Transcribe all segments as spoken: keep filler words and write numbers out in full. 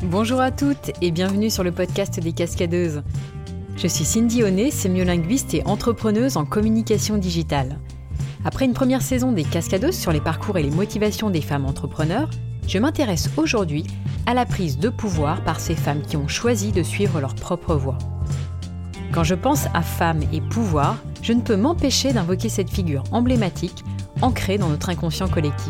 Bonjour à toutes et bienvenue sur le podcast des Cascadeuses. Je suis Cindy Honnet, sémiolinguiste et entrepreneuse en communication digitale. Après une première saison des Cascadeuses sur les parcours et les motivations des femmes entrepreneurs, je m'intéresse aujourd'hui à la prise de pouvoir par ces femmes qui ont choisi de suivre leur propre voie. Quand je pense à femmes et pouvoir, je ne peux m'empêcher d'invoquer cette figure emblématique ancrée dans notre inconscient collectif.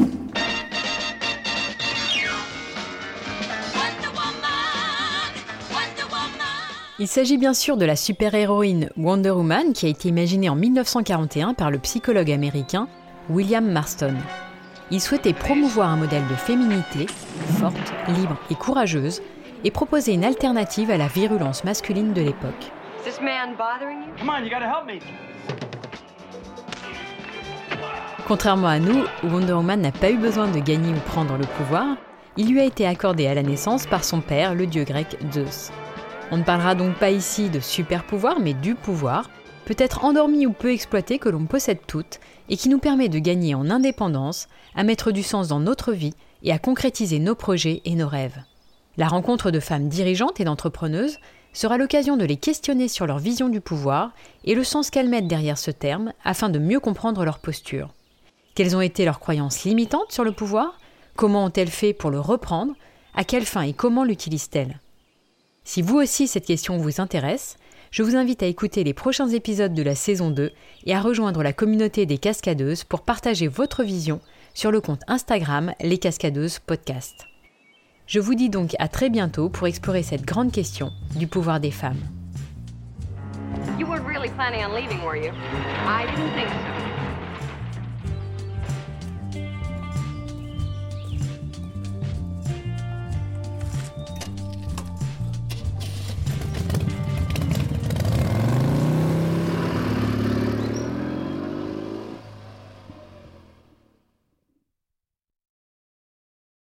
Il s'agit bien sûr de la super-héroïne Wonder Woman qui a été imaginée en dix-neuf cent quarante et un par le psychologue américain William Marston. Il souhaitait promouvoir un modèle de féminité forte, libre et courageuse et proposer une alternative à la virulence masculine de l'époque. Is this man bothering you? Come on, you gotta help me. Contrairement à nous, Wonder Woman n'a pas eu besoin de gagner ou prendre le pouvoir, il lui a été accordé à la naissance par son père, le dieu grec Zeus. On ne parlera donc pas ici de super-pouvoir, mais du pouvoir, peut-être endormi ou peu exploité que l'on possède toutes, et qui nous permet de gagner en indépendance, à mettre du sens dans notre vie et à concrétiser nos projets et nos rêves. La rencontre de femmes dirigeantes et d'entrepreneuses sera l'occasion de les questionner sur leur vision du pouvoir et le sens qu'elles mettent derrière ce terme afin de mieux comprendre leur posture. Quelles ont été leurs croyances limitantes sur le pouvoir ? Comment ont-elles fait pour le reprendre ? À quelle fin et comment l'utilisent-elles ? Si vous aussi cette question vous intéresse, je vous invite à écouter les prochains épisodes de la saison deux et à rejoindre la communauté des Cascadeuses pour partager votre vision sur le compte Instagram Les Cascadeuses Podcast. Je vous dis donc à très bientôt pour explorer cette grande question du pouvoir des femmes. You weren't really planning on leaving, were you? I didn't think so.